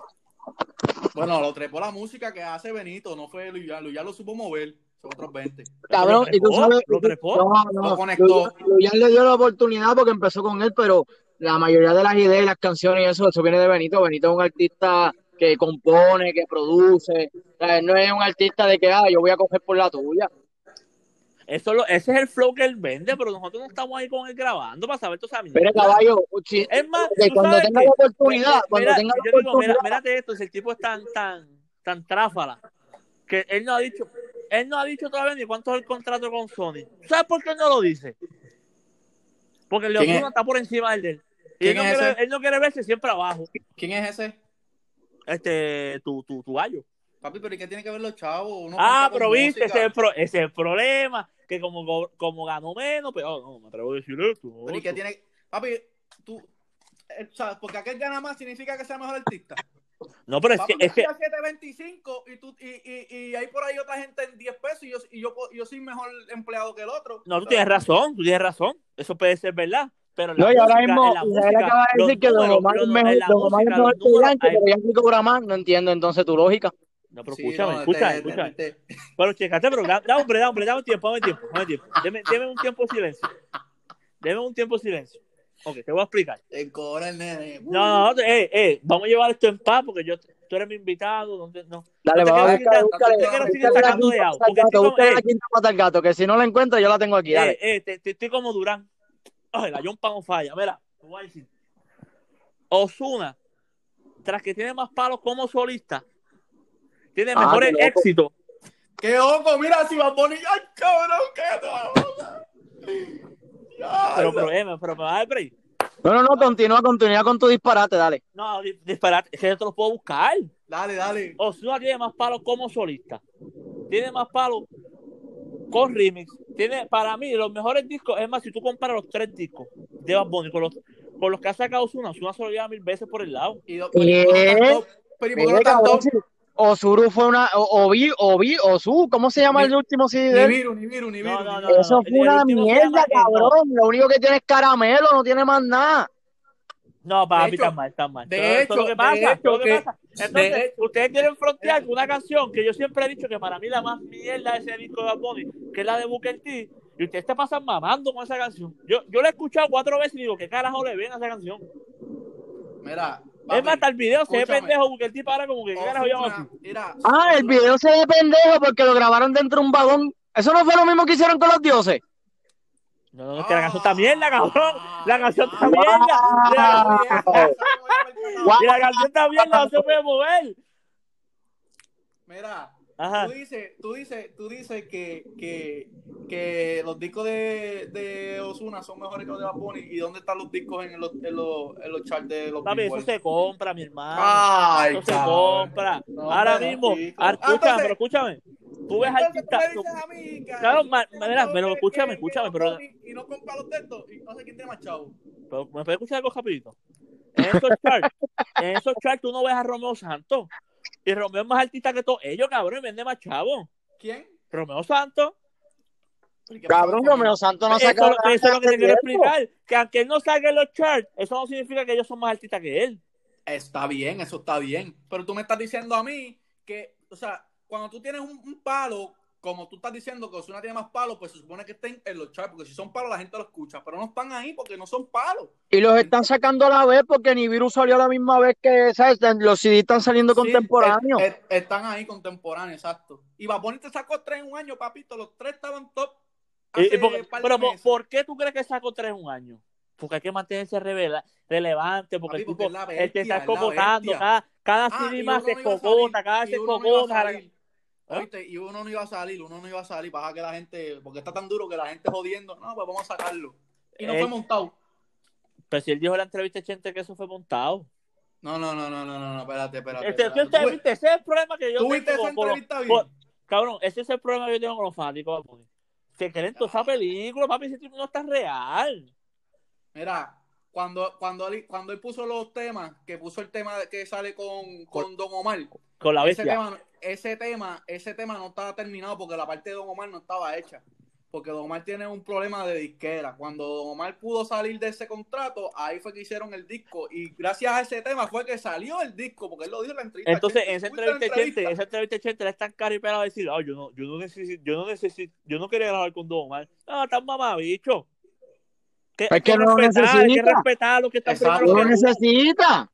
Speaker 3: Bueno, lo trepó la música que hace Benito, no fue Luyan. Luyan lo supo mover. Son otros veinte.
Speaker 2: Cabrón,
Speaker 1: Lo
Speaker 2: y tú
Speaker 1: trepó,
Speaker 2: sabes,
Speaker 1: lo
Speaker 2: y tú-
Speaker 1: trepó.
Speaker 2: no,
Speaker 3: Lo
Speaker 2: no,
Speaker 3: conectó.
Speaker 2: Luyan, Luyan le dio la oportunidad porque empezó con él, pero la mayoría de las ideas y las canciones y eso, eso viene de Benito. Benito es un artista que compone, que produce, o sea, él no es un artista de que, ah, yo voy a coger por la tuya.
Speaker 1: Eso lo, ese es el flow que él vende, pero nosotros no estamos ahí con él grabando para saber toda esa mierda.
Speaker 2: Pero caballo, si-
Speaker 1: Es más,
Speaker 2: que
Speaker 1: tú
Speaker 2: cuando
Speaker 1: sabes
Speaker 2: tenga
Speaker 1: que,
Speaker 2: la oportunidad,
Speaker 1: mira,
Speaker 2: cuando tenga la
Speaker 1: yo digo, mira,
Speaker 2: oportunidad,
Speaker 1: mírate esto, si el tipo es tan, tan, tan tráfala, que él no ha dicho, él no ha dicho todavía ni cuánto es el contrato con Sony. ¿Sabes por qué él no lo dice? Porque el de
Speaker 3: ¿Quién
Speaker 1: Ozuna
Speaker 3: es?
Speaker 1: está por encima del de él. Y él
Speaker 3: ¿Quién
Speaker 1: no,
Speaker 3: es
Speaker 1: quiere,
Speaker 3: ese?
Speaker 1: él no quiere verse siempre abajo.
Speaker 3: ¿Quién es ese?
Speaker 1: Este, tu, tu, tu gallo.
Speaker 3: Papi, pero ¿y qué tiene que ver los chavos? Uno
Speaker 1: Ah,
Speaker 3: compra
Speaker 1: pero
Speaker 3: con
Speaker 1: viste, ese
Speaker 3: música.
Speaker 1: es, el pro- ese es el problema, que como, go- como ganó menos, pero oh, no, me atrevo a decir esto. no,
Speaker 3: Pero ¿y qué
Speaker 1: esto.
Speaker 3: tiene? Papi, tú... eh, ¿sabes? Porque aquel gana más significa que sea mejor artista.
Speaker 1: No, pero es
Speaker 3: Papi,
Speaker 1: que, es que,
Speaker 3: yo estoy a siete veinticinco y, tú, y, y, y hay por ahí otra gente en diez pesos y yo, y yo, yo soy mejor empleado que el otro.
Speaker 1: no, tú tienes razón, tú tienes razón, eso puede ser verdad, pero en la
Speaker 2: no, y ahora
Speaker 1: música,
Speaker 2: mismo,
Speaker 1: en la
Speaker 2: Israel
Speaker 1: música,
Speaker 2: acaba de
Speaker 1: los
Speaker 2: decir que Don
Speaker 1: números,
Speaker 2: Omar es
Speaker 1: los-
Speaker 2: mejor,
Speaker 1: en la
Speaker 2: Don Omar es
Speaker 1: música,
Speaker 2: mejor
Speaker 1: los
Speaker 2: que
Speaker 1: números,
Speaker 2: Yankee,
Speaker 1: hay-
Speaker 2: pero Yankee cobra más, no entiendo entonces tu lógica.
Speaker 1: no, pero
Speaker 3: Sí,
Speaker 1: escúchame,
Speaker 3: no,
Speaker 1: escúchame,
Speaker 3: este-
Speaker 1: escúchame,
Speaker 3: este-
Speaker 1: pero checate, pero da, da hombre, da hombre, dame tiempo, dame tiempo, dame tiempo, deme, deme un tiempo de silencio, deme un tiempo de silencio, ok, te voy a explicar.
Speaker 3: El cobra el nene.
Speaker 1: No, no, eh, eh, vamos a llevar esto en paz porque yo, tú eres mi invitado. No, te- no,
Speaker 2: Dale,
Speaker 1: no te
Speaker 2: vamos a
Speaker 1: quiero
Speaker 2: buscar,
Speaker 1: seguir,
Speaker 2: búscale,
Speaker 1: no te quiero seguir
Speaker 2: búscale la
Speaker 1: sacando de
Speaker 2: quinta
Speaker 1: out.
Speaker 2: pata al
Speaker 1: Porque estoy
Speaker 2: gato,
Speaker 1: como,
Speaker 2: búscale
Speaker 1: eh,
Speaker 2: la quinta pata al gato, que si no la encuentro yo la tengo aquí, dale.
Speaker 1: eh, eh, te, te- estoy como Durán. Ay, la John Pan falla. Mira, te voy a decir. Ozuna, tras que tiene más palos como solista, tiene
Speaker 2: Ah,
Speaker 1: mejores
Speaker 2: qué loco.
Speaker 1: éxitos.
Speaker 3: ¡Qué ojo! Mira, si Bad Bunny... ¡Ay, cabrón! ¡Cállate la boca! Ya,
Speaker 1: Pero,
Speaker 3: no.
Speaker 1: pero, eh, pero me vas a dar break.
Speaker 2: No, no, no, continúa, continúa con tu disparate, dale.
Speaker 1: No, di- disparate, es que yo te los puedo buscar.
Speaker 3: Dale, dale.
Speaker 1: Ozuna tiene más palos como solista. Tiene más palos con remix. Tiene, para mí, los mejores discos. Es más, si tú comparas los tres discos de Bad Bunny con los, con los que ha sacado Ozuna, Ozuna se lo lleva mil veces por el lado.
Speaker 3: Y, pero, ¿y por qué no tanto? Pero ¿y por qué no
Speaker 2: Mire, cabrón,
Speaker 3: tanto?
Speaker 2: si Ozuru fue una, o- Obi, Obi, Ozu, ¿cómo se llama
Speaker 3: Ni-
Speaker 2: el último C D de
Speaker 3: Ni
Speaker 2: él?
Speaker 3: viru, ni viru, ni viru.
Speaker 1: No, no,
Speaker 3: ni
Speaker 1: no,
Speaker 3: viru.
Speaker 2: Eso
Speaker 1: no.
Speaker 2: fue
Speaker 1: El- el
Speaker 2: una
Speaker 1: último se
Speaker 2: mierda,
Speaker 1: llama, eh, no.
Speaker 2: cabrón. Lo único que tiene es caramelo, no tiene más nada.
Speaker 1: No, para
Speaker 3: De
Speaker 1: mí
Speaker 3: hecho-
Speaker 1: está mal, está mal.
Speaker 3: de
Speaker 1: Eso- eso es
Speaker 3: hecho-
Speaker 1: lo que pasa.
Speaker 3: de
Speaker 1: eso es lo
Speaker 3: hecho
Speaker 1: que
Speaker 3: que-
Speaker 1: pasa. Entonces,
Speaker 3: de hecho-
Speaker 1: ustedes quieren frontear con una canción que yo siempre he dicho que para mí la más mierda de ese disco de Bad Bunny, que es la de Booker T, y ustedes te pasan mamando con esa canción. Yo, yo la he escuchado cuatro veces y digo, ¿qué carajo le ven a esa canción?
Speaker 3: Mira,
Speaker 1: Es más, hasta el video se ve
Speaker 3: escúchame.
Speaker 1: pendejo Booker T para como que, ¿qué carajo llama así?
Speaker 3: Ozuna, mira,
Speaker 2: Ah, el
Speaker 3: Ozuna-
Speaker 2: video se ve pendejo porque lo grabaron dentro de un vagón. Eso no fue lo mismo que hicieron con los dioses.
Speaker 1: No, no, es que la canción está mierda, cabrón. La canción está
Speaker 3: Ah,
Speaker 1: mierda.
Speaker 2: Wow.
Speaker 1: Y la canción está mierda, no se puede mover.
Speaker 3: Mira,
Speaker 1: Ajá.
Speaker 3: tú dices, tú dices, tú dices que, que, que los discos de, de Ozuna son mejores que los de Bad Bunny. ¿Y dónde están los discos en los, en los, en los charts de los
Speaker 1: Papi, eso
Speaker 3: Billboard?
Speaker 1: se compra, mi hermano.
Speaker 3: Ay,
Speaker 1: Eso se
Speaker 3: cabrón.
Speaker 1: compra.
Speaker 3: No,
Speaker 1: Ahora
Speaker 3: hombre, no,
Speaker 1: mismo,
Speaker 3: chico.
Speaker 1: ar-
Speaker 3: Ah,
Speaker 1: escúchame,
Speaker 3: entonces-
Speaker 1: pero escúchame. Tú ves
Speaker 3: Entonces tú
Speaker 1: artistas.
Speaker 3: me dices a mí que
Speaker 1: Claro,
Speaker 3: hay
Speaker 1: ma-
Speaker 3: gente
Speaker 1: mira,
Speaker 3: que-
Speaker 1: pero
Speaker 3: que-
Speaker 1: escúchame,
Speaker 3: que-
Speaker 1: escúchame,
Speaker 3: que
Speaker 1: pero-
Speaker 3: Bad Bunny y no compra los textos. Y no sé quién tiene más chavo.
Speaker 1: Pero, ¿me puedes escuchar algo rapidito? En esos charts, en esos charts tú no ves a Romeo Santos. Y Romeo es más artista que todos ellos, cabrón, y vende más chavo.
Speaker 3: ¿Quién?
Speaker 1: Romeo Santos.
Speaker 3: ¿Y qué pasó
Speaker 2: Cabrón,
Speaker 3: con él?
Speaker 2: Romeo Santos no
Speaker 1: Eso,
Speaker 2: saca
Speaker 1: lo- eso es lo que te quiero
Speaker 2: tiempo.
Speaker 1: explicar. Que aunque él no salga en los charts, eso no significa que ellos son más artistas que él.
Speaker 3: Está bien, eso está bien. Pero tú me estás diciendo a mí que, o sea, cuando tú tienes un, un palo, como tú estás diciendo que Ozuna tiene más palos, pues se supone que estén en los charts, porque si son palos la gente lo escucha, pero no están ahí porque no son palos.
Speaker 2: Y los están sacando a la vez porque Nibiru salió a la misma vez que, ¿sabes? Los C D están saliendo
Speaker 3: Sí,
Speaker 2: contemporáneos.
Speaker 3: es- es- están ahí contemporáneos, exacto. Y Bad Bunny te sacó tres en un año, papito, los tres estaban top.
Speaker 1: Y- y
Speaker 3: Hace
Speaker 1: porque-
Speaker 3: un par de
Speaker 1: pero ¿por,
Speaker 3: meses.
Speaker 1: ¿por qué tú crees que sacó tres en un año? Porque hay que mantenerse revela, relevante, porque
Speaker 3: Papi,
Speaker 1: el
Speaker 3: porque
Speaker 1: tipo,
Speaker 3: es la
Speaker 1: el que
Speaker 3: bestia,
Speaker 1: está
Speaker 3: es la
Speaker 1: cocotando,
Speaker 3: bestia.
Speaker 1: cada, cada
Speaker 3: Ah,
Speaker 1: C D
Speaker 3: y
Speaker 1: más
Speaker 3: uno
Speaker 1: se
Speaker 3: no iba a
Speaker 1: cocota,
Speaker 3: salir,
Speaker 1: cada
Speaker 3: y
Speaker 1: se
Speaker 3: uno no iba a
Speaker 1: cocota.
Speaker 3: salir.
Speaker 1: ¿Ah?
Speaker 3: Oíste, y uno no iba a salir, uno no iba a salir, para que la gente, porque está tan duro que la gente jodiendo, no, pues vamos a sacarlo. Y no
Speaker 1: Eh,
Speaker 3: fue montado.
Speaker 1: Pero si él dijo en la entrevista a Chente que eso fue montado.
Speaker 3: No, no, no, no, no, no, no, espérate, espérate.
Speaker 1: Este,
Speaker 3: espérate.
Speaker 1: ¿tú
Speaker 3: ¿Tú,
Speaker 1: viste? Ese es el problema que yo
Speaker 3: ¿tú
Speaker 1: tengo
Speaker 3: viste esa
Speaker 1: con- con los-
Speaker 3: entrevista bien?
Speaker 1: con- cabrón, ese es el problema que yo tengo con los fanáticos de Bad Bunny. Se creen toda esa película, papi, ese tipo no está real.
Speaker 3: Mira, cuando, cuando, él, cuando él puso los temas, que puso el tema que sale con, con Don Omar,
Speaker 1: Con la
Speaker 3: ese
Speaker 1: bestia.
Speaker 3: tema, ese tema, ese tema no estaba terminado porque la parte de Don Omar no estaba hecha. Porque Don Omar tiene un problema de disquera. Cuando Don Omar pudo salir de ese contrato, ahí fue que hicieron el disco. Y gracias a ese tema fue que salió el disco, porque él lo dijo en la entrevista.
Speaker 1: Entonces,
Speaker 3: Chente,
Speaker 1: en esa
Speaker 3: ¿tú viste la
Speaker 1: entrevista de Chente, esa entrevista de Chente, él es tan caro y pelado a decir, ah, yo no, yo no necesito, yo no necesito, yo no quería grabar con Don Omar. No, tan mamabicho. Que,
Speaker 2: Es
Speaker 1: hay
Speaker 2: que
Speaker 1: que
Speaker 2: no lo
Speaker 1: respetar, hay que
Speaker 2: necesita.
Speaker 1: respetar lo que está
Speaker 3: Exacto.
Speaker 1: primero
Speaker 2: No lo
Speaker 1: que tú.
Speaker 2: necesita.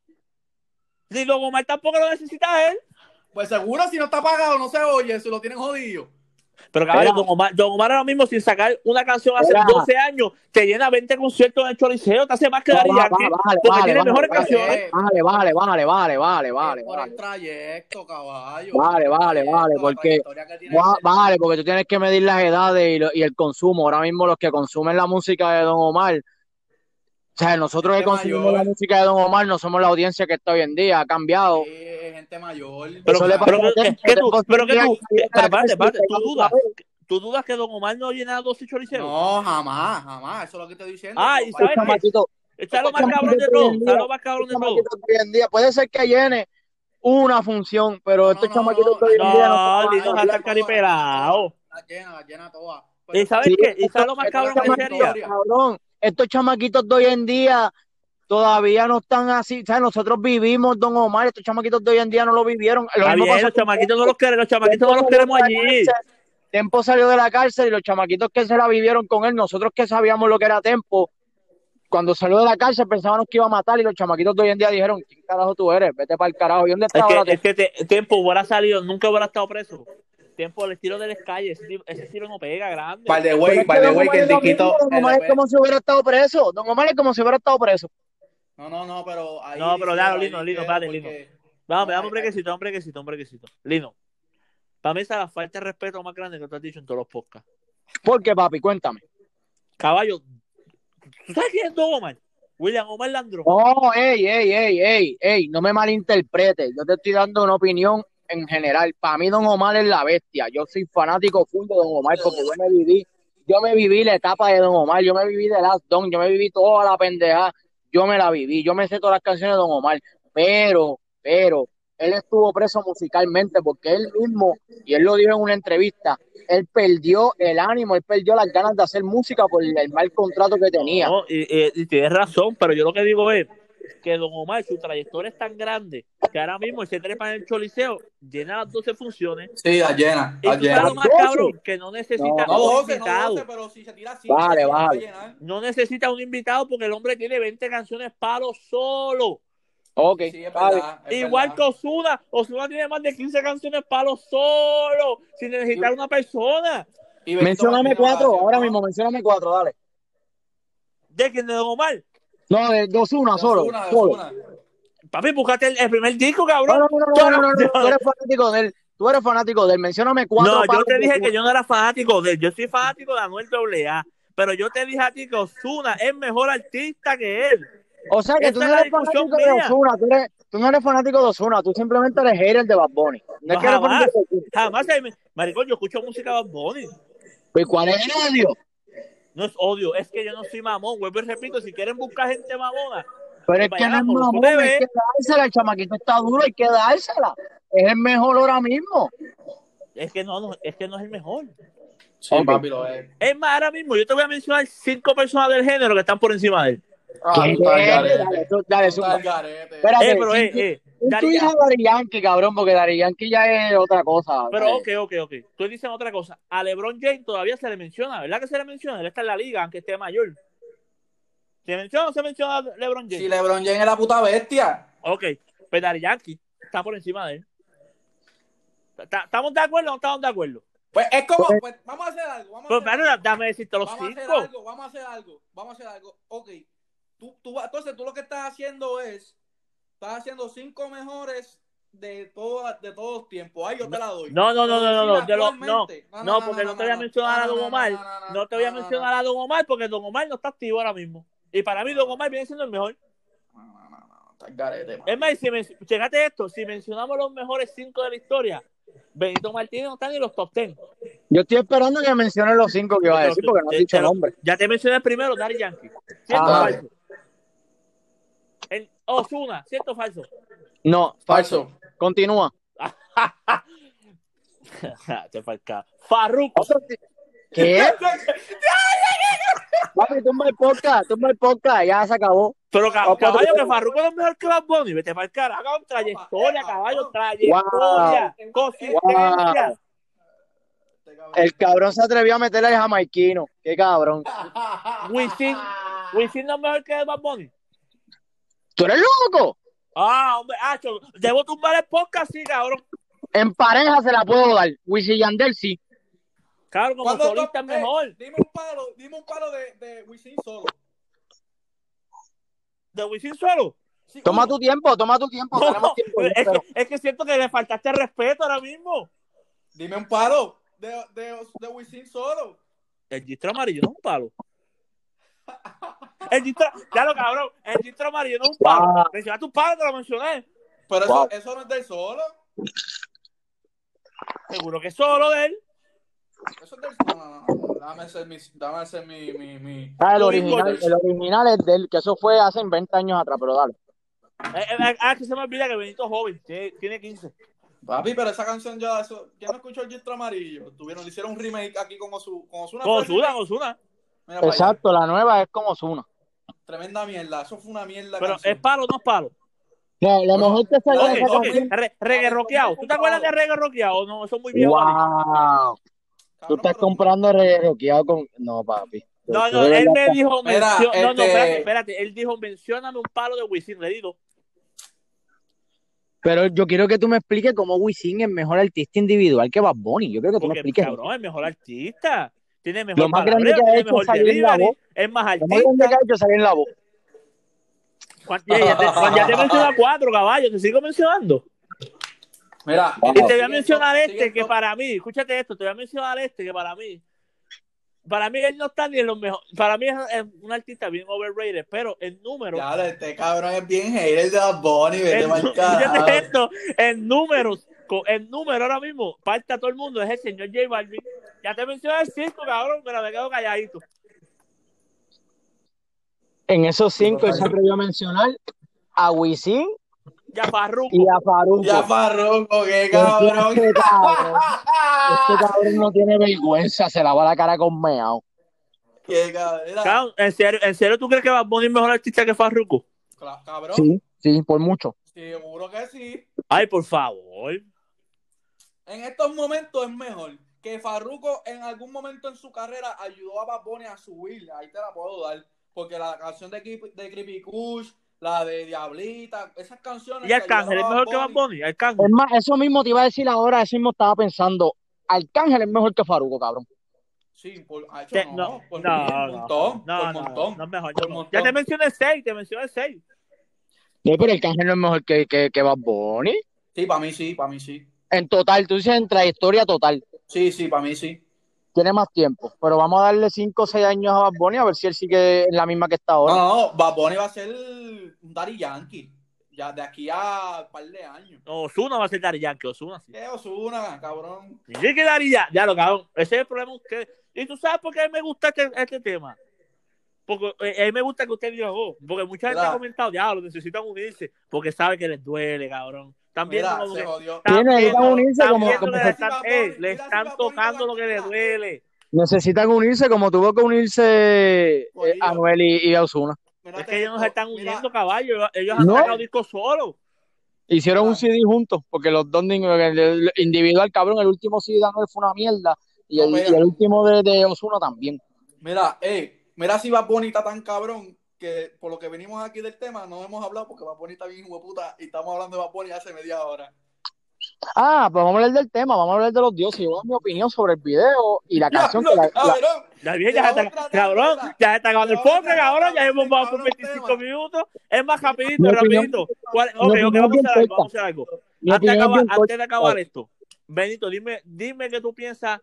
Speaker 1: Si Don Omar tampoco lo necesita él.
Speaker 3: Pues seguro si no está pagado, no se oye, si lo tienen jodido.
Speaker 1: Pero cabrón,
Speaker 2: Mira.
Speaker 1: Don Omar, Don Omar ahora mismo sin sacar una canción hace
Speaker 2: Mira.
Speaker 1: doce años, te llena veinte conciertos en el Choliseo, te hace más que
Speaker 2: Va,
Speaker 1: Daddy
Speaker 2: va,
Speaker 1: Yankee,
Speaker 2: va, vale,
Speaker 1: porque
Speaker 2: vale,
Speaker 1: tiene
Speaker 2: vale,
Speaker 1: mejores
Speaker 2: vale.
Speaker 1: canciones.
Speaker 2: Vale, vale, vale, vale, vale, vale,
Speaker 3: Es por
Speaker 2: vale.
Speaker 3: el trayecto, caballo.
Speaker 2: Vale,
Speaker 3: El
Speaker 2: vale,
Speaker 3: trayecto,
Speaker 2: vale,
Speaker 3: la
Speaker 2: porque-
Speaker 3: trayectoria que tiene
Speaker 2: Va-
Speaker 3: el-
Speaker 2: vale, porque tú tienes que medir las edades y, lo- y el consumo. Ahora mismo los que consumen la música de Don Omar, o sea, nosotros que
Speaker 3: Gente
Speaker 2: consumimos
Speaker 3: mayor.
Speaker 2: la música de Don Omar no somos la audiencia que está hoy en día, ha cambiado.
Speaker 3: Eh, gente mayor.
Speaker 1: Pero,
Speaker 2: Eso le
Speaker 3: O sea,
Speaker 1: pero,
Speaker 2: pasa a
Speaker 1: que,
Speaker 2: Tempo,
Speaker 1: que tú,
Speaker 2: Tempo
Speaker 1: pero que
Speaker 2: siempre
Speaker 1: tú,
Speaker 2: ha salido de
Speaker 1: pero
Speaker 2: la
Speaker 1: espérate,
Speaker 2: cárcel
Speaker 1: espérate, tú
Speaker 2: pegado
Speaker 1: dudas,
Speaker 2: otra vez.
Speaker 1: tú dudas que Don Omar no llena doce choriceros.
Speaker 3: No, jamás, jamás. Eso es lo que estoy diciendo.
Speaker 1: Ah,
Speaker 3: Pero
Speaker 1: y
Speaker 3: para-
Speaker 1: ¿sabes qué?
Speaker 2: Chamaquito,
Speaker 1: Está lo
Speaker 2: estos
Speaker 1: más cabrón de
Speaker 2: chamaquitos de hoy
Speaker 1: todo,
Speaker 2: en
Speaker 1: está
Speaker 2: día,
Speaker 1: lo más cabrón de
Speaker 2: estos
Speaker 1: todo.
Speaker 2: chamaquitos de hoy en día, puede ser que llene una función, pero
Speaker 3: No,
Speaker 2: estos
Speaker 3: no, no,
Speaker 2: chamaquitos
Speaker 3: no,
Speaker 2: de hoy en día no
Speaker 1: No,
Speaker 2: son
Speaker 1: Lino,
Speaker 2: nada.
Speaker 1: está tan caripelado.
Speaker 3: La llena, la llena toda.
Speaker 1: ¿Y sabes
Speaker 2: Sí,
Speaker 1: qué? ¿Y
Speaker 2: estos-
Speaker 1: sabes lo más
Speaker 2: estos
Speaker 1: cabrón que
Speaker 2: chamaquitos,
Speaker 1: sería?
Speaker 2: cabrón, estos chamaquitos de hoy en día todavía no están así, ¿sabes? Nosotros vivimos Don Omar, estos chamaquitos de hoy en día no lo vivieron. Lo
Speaker 1: Está
Speaker 2: mismo
Speaker 1: bien,
Speaker 2: pasó
Speaker 1: los
Speaker 2: con
Speaker 1: chamaquitos
Speaker 2: Tempo.
Speaker 1: no los queremos, los chamaquitos no
Speaker 2: Tempo
Speaker 1: los
Speaker 2: salió
Speaker 1: queremos
Speaker 2: de la
Speaker 1: allí.
Speaker 2: cárcel, Tempo salió de la cárcel y los chamaquitos que se la vivieron con él, nosotros que sabíamos lo que era Tempo, cuando salió de la cárcel pensábamos que iba a matar y los chamaquitos de hoy en día dijeron, ¿quién carajo tú eres? Vete para el carajo. ¿Y dónde está
Speaker 1: Es que,
Speaker 2: ahora
Speaker 1: es
Speaker 2: Tempo?
Speaker 1: que te- Tiempo hubiera salido, nunca hubiera estado preso. Tiempo, el estilo de las calles, ese, tipo- ese estilo no pega grande.
Speaker 3: By the
Speaker 2: Pero
Speaker 3: way,
Speaker 2: es
Speaker 3: by
Speaker 2: que
Speaker 3: the
Speaker 2: Don
Speaker 3: way,
Speaker 2: Omar
Speaker 3: que el
Speaker 2: es lo
Speaker 3: disquito.
Speaker 2: mismo, Don
Speaker 3: el
Speaker 2: Omar es
Speaker 3: E P
Speaker 2: como si hubiera estado preso. Don Omar es como si hubiera estado preso.
Speaker 3: No, no, no, pero ahí.
Speaker 1: No, pero
Speaker 3: sí,
Speaker 1: dale,
Speaker 3: ahí
Speaker 1: Lino, Lino,
Speaker 3: ligero,
Speaker 1: espérate,
Speaker 3: porque-
Speaker 1: Vamos,
Speaker 3: no,
Speaker 1: dame un
Speaker 3: ahí-
Speaker 1: brequecito, un brequecito, un brequecito. Lino, para mí esa es la falta de respeto más grande que tú has dicho en todos los podcasts.
Speaker 2: ¿Por qué, papi? Cuéntame.
Speaker 1: Caballo, ¿tú sabes quién es Don Omar? William Omar Landro.
Speaker 2: No, ey, ey, ey, ey, ey, no me malinterpretes. Yo te estoy dando una opinión en general. Para mí Don Omar es la bestia. Yo soy fanático full de Don Omar porque yo me viví, yo me viví la etapa de Don Omar, yo me viví de Last Don, yo me viví toda la pendeja, yo me la viví, yo me sé todas las canciones de Don Omar, pero, pero, él estuvo preso musicalmente porque él mismo, y él lo dijo en una entrevista, él perdió el ánimo, él perdió las ganas de hacer música por el mal contrato que tenía.
Speaker 1: No, y, y- y tienes razón, pero yo lo que digo es que Don Omar, su trayectoria es tan grande que ahora mismo ese trepa en el Choliseo llena las doce funciones.
Speaker 3: Sí, la llena.
Speaker 1: Y
Speaker 3: La
Speaker 1: tú sabes lo
Speaker 3: llena.
Speaker 1: más
Speaker 2: doce.
Speaker 1: cabrón, que no necesita
Speaker 3: No,
Speaker 1: un
Speaker 3: doce, no
Speaker 1: invitado.
Speaker 3: doce, pero si se tira así,
Speaker 2: Vale,
Speaker 3: va a
Speaker 2: vale.
Speaker 3: llenar.
Speaker 1: No necesita un invitado porque el hombre tiene veinte canciones palo solo.
Speaker 2: Ok,
Speaker 3: Sí, es
Speaker 2: vale.
Speaker 3: verdad. es
Speaker 1: Igual
Speaker 3: verdad.
Speaker 1: que Ozuna. Ozuna tiene más de quince canciones palo solo, sin necesitar
Speaker 3: Y-
Speaker 1: una persona.
Speaker 3: Y Benito
Speaker 2: Mencióname
Speaker 3: Martínez
Speaker 2: cuatro,
Speaker 3: Ocasio,
Speaker 2: ahora
Speaker 3: ¿no?
Speaker 2: mismo, mencióname cuatro, dale.
Speaker 1: ¿De quién? ¿De Don Omar?
Speaker 2: No, de, de Ozuna, solo.
Speaker 3: Ozuna, de
Speaker 2: solo.
Speaker 3: Ozuna.
Speaker 1: Papi, buscate el, el primer disco,
Speaker 2: No,
Speaker 1: cabrón.
Speaker 2: no, no, no,
Speaker 1: Yo
Speaker 2: no, no, no,
Speaker 1: yo-
Speaker 2: tú eres fanático de él. Tú eres fanático de él. Mencióname cuatro
Speaker 1: No, yo
Speaker 2: palos
Speaker 1: te
Speaker 2: de
Speaker 1: dije
Speaker 2: Ozuna.
Speaker 1: que yo no era fanático de él. Yo soy fanático de Anuel doble A. Pero yo te dije a ti que Ozuna es mejor artista que él.
Speaker 2: O sea que
Speaker 1: Esa
Speaker 2: tú
Speaker 1: es
Speaker 2: no
Speaker 1: la
Speaker 2: eres
Speaker 1: discusión
Speaker 2: fanático de
Speaker 1: mía.
Speaker 2: Ozuna, tú, eres, tú no eres fanático de Ozuna, tú simplemente eres hater de Bad Bunny. No,
Speaker 1: No,
Speaker 2: es que eres
Speaker 1: jamás.
Speaker 2: fanático de Ozuna.
Speaker 1: Jamás. hay- Maricón, yo escucho música de Bad Bunny.
Speaker 2: Pues, ¿cuál es el odio?
Speaker 1: No es odio, es que yo no soy mamón. Vuelvo y repito, si quieren buscar gente mamona,
Speaker 2: Pero es
Speaker 1: pues
Speaker 2: que
Speaker 1: vayan
Speaker 2: no
Speaker 1: a
Speaker 2: es
Speaker 1: Molusco
Speaker 2: mamón, hay
Speaker 1: T V.
Speaker 2: que dársela, el chamaquito está duro, hay que dársela. Es el mejor ahora mismo.
Speaker 1: Es que no, no, es que no es el mejor.
Speaker 3: Sí,
Speaker 2: Ok.
Speaker 3: papi, lo es.
Speaker 1: Es más, ahora mismo yo te voy a mencionar cinco personas del género que están por encima de él.
Speaker 3: Ah,
Speaker 2: ¿Qué?
Speaker 3: tú estás al garete.
Speaker 2: Dale, tú- dale,
Speaker 3: Tú estás al
Speaker 2: zumba.
Speaker 3: garete.
Speaker 2: Espérate,
Speaker 1: Eh, pero
Speaker 2: si
Speaker 1: eh,
Speaker 2: tú-
Speaker 1: eh,
Speaker 2: tú
Speaker 1: Daddy
Speaker 2: dices
Speaker 1: Yankee.
Speaker 2: Daddy Yankee, cabrón, porque Daddy Yankee ya es otra cosa.
Speaker 1: Pero
Speaker 2: ¿sabes?
Speaker 1: ok, ok, ok. Tú dices otra cosa. A LeBron James todavía se le menciona, ¿verdad que se le menciona? Él está en la liga, aunque esté mayor. ¿Se menciona o no se menciona a LeBron James?
Speaker 3: Si LeBron James es la puta bestia.
Speaker 1: Ok, pues Daddy Yankee está por encima de él. ¿Está- ¿Estamos de acuerdo o no estamos de acuerdo?
Speaker 3: Pues es como, pues, vamos a hacer algo. Vamos a
Speaker 1: Pues
Speaker 3: hacer
Speaker 1: pero
Speaker 3: algo.
Speaker 1: dame decirte los
Speaker 3: Vamos a hacer
Speaker 1: cinco.
Speaker 3: algo, vamos a hacer algo, vamos a hacer algo. Ok, tú, tú, vas- entonces tú lo que estás haciendo es, estás haciendo cinco mejores de, todas de todos los tiempos. Ahí yo te la doy.
Speaker 1: No, no, no, no, no, no, de lo- no,
Speaker 3: Actualmente.
Speaker 1: no, porque no te voy a mencionar a Don Omar. No te voy a
Speaker 3: no,
Speaker 1: mencionar a Don Omar porque Don Omar no está activo ahora mismo. Y para mí Don Omar viene siendo el mejor.
Speaker 3: No, no, no, no, está el garete,
Speaker 1: Es más, si men- checate esto, si mencionamos los mejores cinco de la historia, Benito Martínez no está ni en los top ten.
Speaker 2: Yo estoy esperando que mencionen los cinco que iba a decir, porque no has
Speaker 1: Te-
Speaker 2: dicho
Speaker 1: te lo-
Speaker 2: nombre.
Speaker 1: Ya te mencioné el primero, Daddy Yankee. ¿Cierto o
Speaker 2: Ah.
Speaker 1: falso? El Ozuna, ¿cierto o falso?
Speaker 2: No,
Speaker 3: Falso.
Speaker 2: continúa.
Speaker 1: Te falta. Farruko.
Speaker 2: ¿Qué? Papi, tumba el podcast, tumba el podcast, ya se acabó.
Speaker 1: Pero cab-
Speaker 2: Vamos,
Speaker 1: caballo,
Speaker 2: vamos.
Speaker 1: que Farruko no es mejor que Bad Bunny. Vete para el carajo, cabrón. Trayectoria, caballo, trayectoria. Consistencia.
Speaker 2: El cabrón se atrevió a meterle al jamaiquino. Qué cabrón.
Speaker 1: Wisin. Wisin no es mejor que Bad Bunny.
Speaker 2: ¿Tú eres loco?
Speaker 1: Ah, hombre, Acho, debo tumbar el podcast, sí, cabrón.
Speaker 2: En pareja se la puedo dar. Wisin y Yandel sí.
Speaker 1: Cabrón, como
Speaker 3: ¿Cuándo
Speaker 1: solista es
Speaker 3: to- eh,
Speaker 1: mejor.
Speaker 3: Dime un palo, dime un palo de, de Wisin solo.
Speaker 1: ¿De Wisin solo?
Speaker 3: Sí,
Speaker 2: Toma
Speaker 3: uno.
Speaker 2: tu tiempo, toma tu tiempo.
Speaker 1: No,
Speaker 2: Tenemos tiempo.
Speaker 1: es,
Speaker 2: pero-
Speaker 1: que, es que siento que le faltaste respeto ahora mismo.
Speaker 3: Dime un palo de, de, de Wisin solo.
Speaker 1: El distro amarillo no es un palo. El distro, ya lo cabrón, el distro amarillo no es un palo.
Speaker 2: Wow.
Speaker 1: Mencionaste un palo, te lo mencioné.
Speaker 3: Pero
Speaker 2: Wow.
Speaker 3: eso, eso no es del solo.
Speaker 1: Seguro que es solo de él.
Speaker 3: Eso es del no, no, no. Dame hacer mi, dame hacer mi, mi, mi.
Speaker 2: Ah, el
Speaker 1: Tú
Speaker 2: original,
Speaker 1: mismo.
Speaker 2: el original es de él, que eso fue hace veinte años atrás, pero dale.
Speaker 1: Eh, eh, ah, que se me olvida que Benito es joven, tiene, tiene quince.
Speaker 3: Papi, pero esa canción ya, eso, ¿quién no escuchó el Gistro Amarillo? Tuvieron, le hicieron un remake aquí con Ozuna. Con Ozuna.
Speaker 1: Con
Speaker 3: fue el
Speaker 1: Ozuna,
Speaker 3: remake.
Speaker 1: con Ozuna.
Speaker 3: Mira para allá.
Speaker 2: Exacto, la nueva es como Ozuna.
Speaker 3: Tremenda mierda. Eso fue una mierda.
Speaker 1: Pero
Speaker 3: canción.
Speaker 1: ¿es palo o no es palo?
Speaker 2: No, lo
Speaker 3: Bueno,
Speaker 2: mejor que salió
Speaker 3: la
Speaker 2: de
Speaker 3: de
Speaker 2: esa
Speaker 1: Ok, ok.
Speaker 2: canción.
Speaker 1: Re- reggae rockeado. ¿Tú te acuerdas de reggae rockeado? No, eso es muy viejo. ¿vale?
Speaker 2: Wow. Tú
Speaker 3: Cabrón,
Speaker 2: estás
Speaker 3: pero-
Speaker 2: comprando reggae rockeado con. No, papi.
Speaker 1: No,
Speaker 2: Tú
Speaker 1: no,
Speaker 2: de
Speaker 1: él
Speaker 2: verdad
Speaker 1: me
Speaker 2: estás-
Speaker 1: dijo,
Speaker 3: Mira,
Speaker 1: mencio- no, no,
Speaker 3: este-
Speaker 1: espérate, espérate, él dijo, mencióname un palo de Wisin, le digo.
Speaker 2: Pero yo quiero que tú me expliques cómo Wisin es mejor artista individual que Bad Bunny. Yo quiero que tú me
Speaker 1: Porque,
Speaker 2: expliques.
Speaker 1: cabrón, es mejor artista, tiene mejor
Speaker 2: Lo más grande
Speaker 1: palabreo,
Speaker 2: que ha
Speaker 1: tiene
Speaker 2: hecho
Speaker 1: mejor
Speaker 2: es salir en la
Speaker 1: delivery,
Speaker 2: voz.
Speaker 1: es más
Speaker 2: Lo más grande que
Speaker 1: artista.
Speaker 2: ha hecho es salir en la voz.
Speaker 1: Cuan- Ya, ya te, cuan- ya te mencioné cuatro, caballos, te sigo mencionando.
Speaker 3: Mira,
Speaker 2: Wow.
Speaker 1: Y te voy a
Speaker 3: sigue
Speaker 1: mencionar
Speaker 3: to-
Speaker 1: este
Speaker 3: sigue
Speaker 1: que
Speaker 3: to-
Speaker 1: para mí, escúchate esto, te voy a mencionar este que para mí, para mí él no está ni en los mejores, para mí es, es un artista bien overrated, pero en números,
Speaker 3: Ya, este cabrón es bien hater de Bad Bunny, vete
Speaker 1: en,
Speaker 3: mal
Speaker 1: escúchate
Speaker 3: carajo.
Speaker 1: esto, en números, co- en números ahora mismo, parte a todo el mundo, es el señor J Balvin. Ya te mencioné el cinco, cabrón, pero me quedo calladito.
Speaker 2: En esos cinco él se atrevió a mencionar a Wisin
Speaker 1: Ya Farruko.
Speaker 2: y a Farruko.
Speaker 3: Ya Farruko, qué
Speaker 2: Este
Speaker 3: cabrón.
Speaker 2: cabrón, este cabrón no tiene vergüenza, se lava la cara con meao.
Speaker 3: Qué cabrón. Mira,
Speaker 1: Cabrón, ¿en serio, ¿en serio tú crees que Bad Bunny es mejor artista que Farruko?
Speaker 3: cla- cabrón.
Speaker 2: Sí, sí, por mucho.
Speaker 3: Seguro que sí.
Speaker 1: Ay, por favor.
Speaker 3: En estos momentos es mejor. Que Farruko en algún momento en su carrera ayudó a Bad Bunny a subir. Ahí te la puedo dar. Porque la canción de, Creepy- de Creepy Kush, la de Diablita, esas canciones.
Speaker 1: ¿Y Arcángel es mejor que Bad Bunny? Arcángel.
Speaker 2: Es más, eso mismo te iba a decir ahora, eso mismo estaba pensando. Arcángel es mejor que Farruko, cabrón.
Speaker 3: Sí, por hecho,
Speaker 1: Te-
Speaker 3: no,
Speaker 1: no,
Speaker 3: por
Speaker 1: no,
Speaker 3: mil,
Speaker 1: no,
Speaker 3: montón,
Speaker 1: no,
Speaker 3: por
Speaker 1: no,
Speaker 3: montón.
Speaker 1: no es mejor.
Speaker 3: por
Speaker 1: no.
Speaker 3: montón.
Speaker 1: Ya te mencioné seis, te mencioné seis.
Speaker 2: Sí, pero el Cángel no es mejor que, que, que Bad Bunny.
Speaker 3: Sí, para mí sí, para mí sí.
Speaker 2: En total, tú dices en trayectoria total.
Speaker 3: Sí, sí, para mí sí.
Speaker 2: Tiene más tiempo. Pero vamos a darle cinco o seis años a Bad Bunny a ver si él sigue en la misma que está
Speaker 3: No,
Speaker 2: ahora.
Speaker 3: no, no, Bad Bunny va a ser un Daddy Yankee. Ya de aquí a un par de años.
Speaker 1: No, Ozuna va a ser Daddy Yankee, Ozuna sí.
Speaker 3: ¿Qué Ozuna, cabrón?
Speaker 1: Dice que Daddy ya, ya lo cabrón. Ese es el problema de ustedes. Y tú sabes por qué a mí me gusta este, este tema. Porque eh, a mí me gusta que usted diga, oh, porque mucha gente
Speaker 3: Mira.
Speaker 1: ha comentado, ya, lo necesitan unirse, porque sabe que les duele, cabrón. Están viendo
Speaker 3: Mira,
Speaker 1: como
Speaker 3: se
Speaker 1: que,
Speaker 3: jodió.
Speaker 2: Sí,
Speaker 1: están
Speaker 2: necesitan
Speaker 1: viendo,
Speaker 2: unirse
Speaker 1: están
Speaker 2: como,
Speaker 1: viendo
Speaker 2: como
Speaker 1: que
Speaker 2: se-
Speaker 1: le están,
Speaker 3: Mira si Bad
Speaker 1: eh,
Speaker 3: Bunny-
Speaker 1: le
Speaker 3: mira si
Speaker 1: están
Speaker 3: Bad Bunny
Speaker 1: tocando
Speaker 3: con
Speaker 1: lo que les
Speaker 3: Artista,
Speaker 1: duele.
Speaker 2: necesitan unirse como tuvo que unirse eh,
Speaker 3: Corillo.
Speaker 2: Anuel y, y Ozuna.
Speaker 3: Mírate
Speaker 1: Es que ellos no se
Speaker 3: esto,
Speaker 1: están
Speaker 3: mira,
Speaker 1: uniendo, caballo. Ellos, ellos han
Speaker 2: No.
Speaker 1: sacado discos solos.
Speaker 2: Hicieron
Speaker 3: Mira.
Speaker 2: un C D juntos, porque los dos el, el individual, cabrón, el último C D de Anuel fue una mierda y
Speaker 3: No
Speaker 2: el, y
Speaker 3: pegan.
Speaker 2: el último de, de Ozuna también.
Speaker 3: Mira, eh, mira si Bad Bunny está tan cabrón que por lo que venimos aquí del tema no hemos hablado porque Bad Bunny está bien hijo de puta y estamos hablando de Bad Bunny hace media hora.
Speaker 2: Ah, pues vamos a hablar del tema, vamos a hablar de los dioses. Yo voy a dar mi opinión sobre el video y la
Speaker 3: Ya,
Speaker 2: canción
Speaker 3: no,
Speaker 2: que la, la-
Speaker 3: cabrón.
Speaker 1: Ya bien, ya se
Speaker 3: Llevamos
Speaker 1: está,
Speaker 3: tratando,
Speaker 1: cabrón,
Speaker 3: mira,
Speaker 1: ya se está acabando el
Speaker 3: llevamos
Speaker 1: podcast, cabrón.
Speaker 3: tratando
Speaker 1: Ya
Speaker 3: de
Speaker 1: hemos
Speaker 3: hablar
Speaker 1: vamos por
Speaker 3: del
Speaker 1: veinticinco
Speaker 3: cabrón
Speaker 1: minutos. Es más, rapidito,
Speaker 2: Mi opinión-
Speaker 1: rapidito. ¿Cuál-
Speaker 2: mi
Speaker 1: Ok, ok,
Speaker 2: opinión es
Speaker 1: vamos a
Speaker 2: bien
Speaker 1: hacer algo,
Speaker 2: corta.
Speaker 1: vamos a hacer algo.
Speaker 2: Mi
Speaker 1: Antes de
Speaker 2: opinión es
Speaker 1: acabar,
Speaker 2: bien
Speaker 1: antes de
Speaker 2: corta.
Speaker 1: acabar esto, Benito, dime, dime qué tú piensas,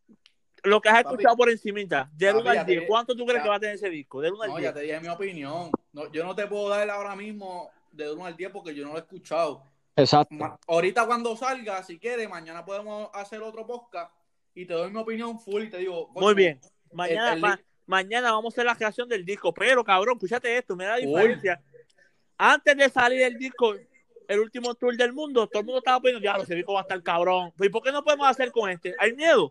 Speaker 1: lo que has
Speaker 3: Papi.
Speaker 1: escuchado por encimita, del
Speaker 3: Papi,
Speaker 1: uno
Speaker 3: ya
Speaker 1: al
Speaker 3: te-
Speaker 1: diez, ¿cuánto tú crees
Speaker 3: ya-
Speaker 1: que va a tener ese disco? Del uno al
Speaker 3: No,
Speaker 1: diez.
Speaker 3: ya te dije mi opinión. No, yo no te puedo dar ahora mismo de uno al diez porque yo no lo he escuchado.
Speaker 2: Exacto.
Speaker 3: Ma- Ahorita cuando salga, si quieres, mañana podemos hacer otro podcast y te doy mi opinión full y te digo.
Speaker 1: Muy
Speaker 3: coño,
Speaker 1: bien. Mañana,
Speaker 3: el- el-
Speaker 1: ma- mañana vamos a hacer la creación del disco, pero cabrón, escúchate esto, mira la
Speaker 3: Uy.
Speaker 1: diferencia. Antes de salir el disco, el último tour del mundo, todo el mundo estaba pidiendo, diablo, ese disco va a estar cabrón. ¿Y por qué no podemos hacer con este? ¿Hay miedo?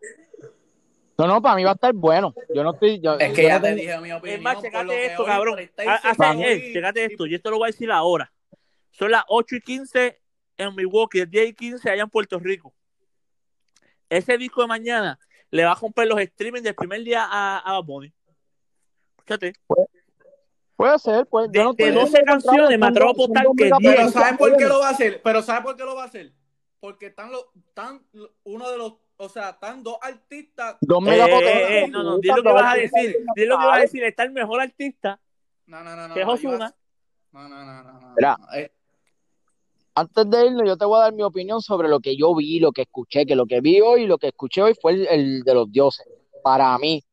Speaker 2: No, no, para mí va a estar bueno. Yo no estoy. Yo,
Speaker 3: Es que
Speaker 2: yo
Speaker 3: ya
Speaker 2: no
Speaker 3: te
Speaker 2: tengo-
Speaker 3: dije mi opinión.
Speaker 1: Es más,
Speaker 3: por lo
Speaker 1: checate
Speaker 3: que
Speaker 1: esto,
Speaker 3: hoy
Speaker 1: cabrón.
Speaker 3: PlayStation
Speaker 1: Ha- Hace,
Speaker 3: y-
Speaker 1: eh, checate esto, y esto lo voy a decir ahora. Son las ocho y quince en Milwaukee, diez y quince allá en Puerto Rico. Ese disco de mañana le va a romper los streaming del primer día a, a Bad Bunny. Escúchate.
Speaker 2: Puede ser, pues.
Speaker 1: De,
Speaker 2: yo no estoy
Speaker 1: de
Speaker 2: diciendo
Speaker 1: doce
Speaker 2: lo contrario,
Speaker 1: canciones me
Speaker 2: son
Speaker 1: atrevo a
Speaker 2: dos- son
Speaker 1: apostar
Speaker 2: dos
Speaker 1: que
Speaker 2: megapotencias.
Speaker 3: Pero
Speaker 1: diez.
Speaker 3: ¿saben por qué
Speaker 2: Óyeme,
Speaker 3: lo va a hacer? Pero ¿saben por qué lo va a hacer? Porque están los, están uno de los, o sea, están dos artistas.
Speaker 2: Dos
Speaker 1: Eh,
Speaker 2: megapotencias.
Speaker 1: eh, eh, no, no, di
Speaker 2: dos
Speaker 1: lo que vas a
Speaker 2: artistas
Speaker 1: decir. Di lo que vas a
Speaker 2: internacionales.
Speaker 1: decir. Está el mejor artista,
Speaker 3: No, no, no, no.
Speaker 1: que es
Speaker 3: no,
Speaker 1: Ozuna.
Speaker 3: ibas- No, no, no, no, no.
Speaker 2: Mira.
Speaker 3: no. Eh,
Speaker 2: Antes de irnos, yo te voy a dar mi opinión sobre lo que yo vi, lo que escuché, que lo que vi hoy y lo que escuché hoy fue el, el de los dioses. Para mí,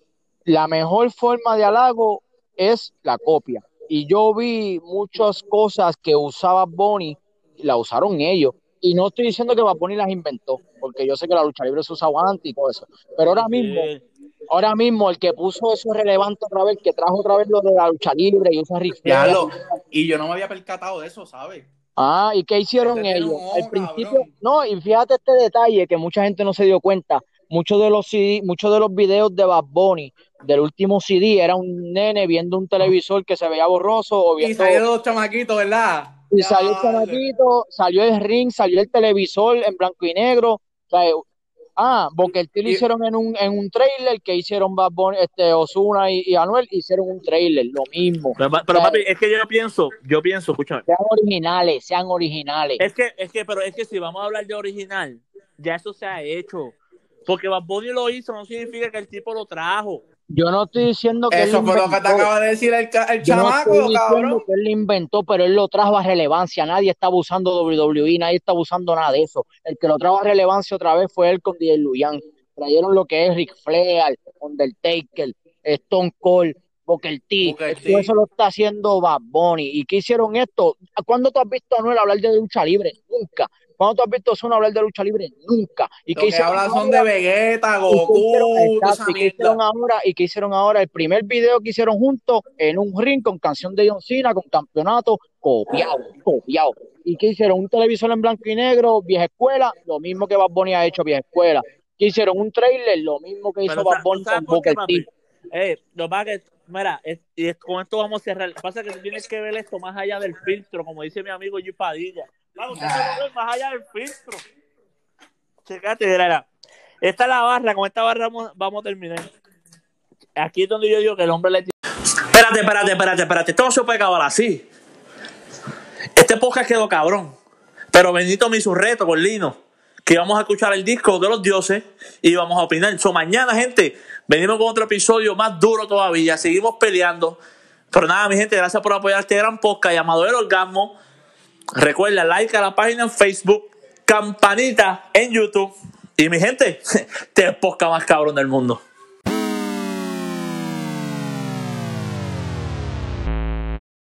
Speaker 2: la mejor forma de halago es la copia. Y yo vi muchas cosas que usaba Bunny, la usaron ellos. Y no estoy diciendo que Bad Bunny las inventó, porque yo sé que la lucha libre se usa antes y todo eso. Pero ahora mismo,
Speaker 1: Sí.
Speaker 2: ahora mismo, el que puso eso relevante otra vez, que trajo otra vez lo de la lucha libre y usa rifle.
Speaker 3: Diablo. Y yo no me había percatado de eso, ¿sabes?
Speaker 2: Ah, ¿y qué hicieron
Speaker 3: Este tiene
Speaker 2: ellos?
Speaker 3: un
Speaker 2: Al
Speaker 3: ojo,
Speaker 2: principio,
Speaker 3: cabrón.
Speaker 2: no, y fíjate este detalle que mucha gente no se dio cuenta. Muchos de los C D, muchos de los videos de Bad Bunny del último C D era un nene viendo un televisor que se veía borroso o
Speaker 3: Y
Speaker 2: viendo,
Speaker 3: salieron los chamaquitos, ¿verdad?
Speaker 2: y
Speaker 3: Ya,
Speaker 2: salió el chamaquito, salió el ring, salió el televisor en blanco y negro. O sea, ah, Booker T lo
Speaker 3: Y-
Speaker 2: hicieron en un, en un trailer que hicieron Bad Bunny, este, Ozuna y, y Anuel, hicieron un trailer, lo mismo.
Speaker 1: Pero, pero
Speaker 2: O sea,
Speaker 1: papi, es que yo pienso, yo pienso, escúchame.
Speaker 2: sean originales, sean originales.
Speaker 1: Es que, es que, pero es que si vamos a hablar de original, ya eso se ha hecho. Porque Bad Bunny lo hizo, no significa que el tipo lo trajo.
Speaker 2: Yo no estoy diciendo que
Speaker 3: Eso
Speaker 2: él
Speaker 3: fue lo que te
Speaker 2: inventó.
Speaker 3: acaba de decir el, ca- el
Speaker 2: Yo no
Speaker 3: chamaco,
Speaker 2: estoy diciendo
Speaker 3: cabrón.
Speaker 2: que él lo inventó, pero él lo trajo a relevancia. Nadie estaba usando doble u doble u E, nadie estaba usando nada de eso. El que lo trajo a relevancia otra vez fue él con D J Luyan. Trajeron lo que es Ric Flair, Undertaker, Stone Cold, Booker T.
Speaker 3: Booker
Speaker 2: Todo
Speaker 3: T.
Speaker 2: eso lo está haciendo Bad Bunny. ¿Y qué hicieron esto? ¿Cuándo tú has visto a Anuel hablar de lucha libre? Nunca. ¿Cuándo tú has visto a Ozuna hablar de lucha libre? Nunca. ¿Y
Speaker 3: Lo
Speaker 2: qué
Speaker 3: que
Speaker 2: hicieron
Speaker 3: hablan son
Speaker 2: ahora?
Speaker 3: de Vegeta,
Speaker 2: ¿Y qué hicieron?
Speaker 3: Goku, toda
Speaker 2: Exacto,
Speaker 3: esa
Speaker 2: ¿y qué hicieron
Speaker 3: mierda.
Speaker 2: ahora? ¿Y qué hicieron ahora? El primer video que hicieron juntos en un ring con canción de John Cena, con campeonato, copiado, copiado. ¿Y qué hicieron? Un televisor en blanco y negro, vieja escuela, lo mismo que Bad Bunny ha hecho, vieja escuela. ¿Qué hicieron? Un trailer, lo mismo que hizo
Speaker 1: Pero
Speaker 2: Bad
Speaker 1: sa- ¿tú
Speaker 2: Bunny
Speaker 1: sabes
Speaker 2: con
Speaker 1: por qué,
Speaker 2: Booker
Speaker 1: papi?
Speaker 2: T.
Speaker 1: Eh, lo que pasa es que, mira, es- y es- con esto vamos a cerrar. Lo que pasa es que tú tienes que ver esto más allá del filtro, como dice mi amigo Yu Padilla. Claro, usted no lo ve más allá del filtro. Checate, mira, mira. Esta es la barra, con esta barra vamos, vamos a terminar. Aquí es donde yo digo que el hombre le tiene... Espérate, espérate, espérate, espérate. Esto no se puede acabar así. Este podcast quedó cabrón. Pero Benito me hizo un reto con Lino. que íbamos a escuchar el disco de los dioses y vamos a opinar. So, mañana, gente, venimos con otro episodio más duro todavía. Seguimos peleando. Pero nada, mi gente, gracias por apoyar este gran podcast llamado El Orgasmo. Recuerda, like a la página en Facebook, campanita en YouTube. Y mi gente, este es el podcast más cabrón del mundo.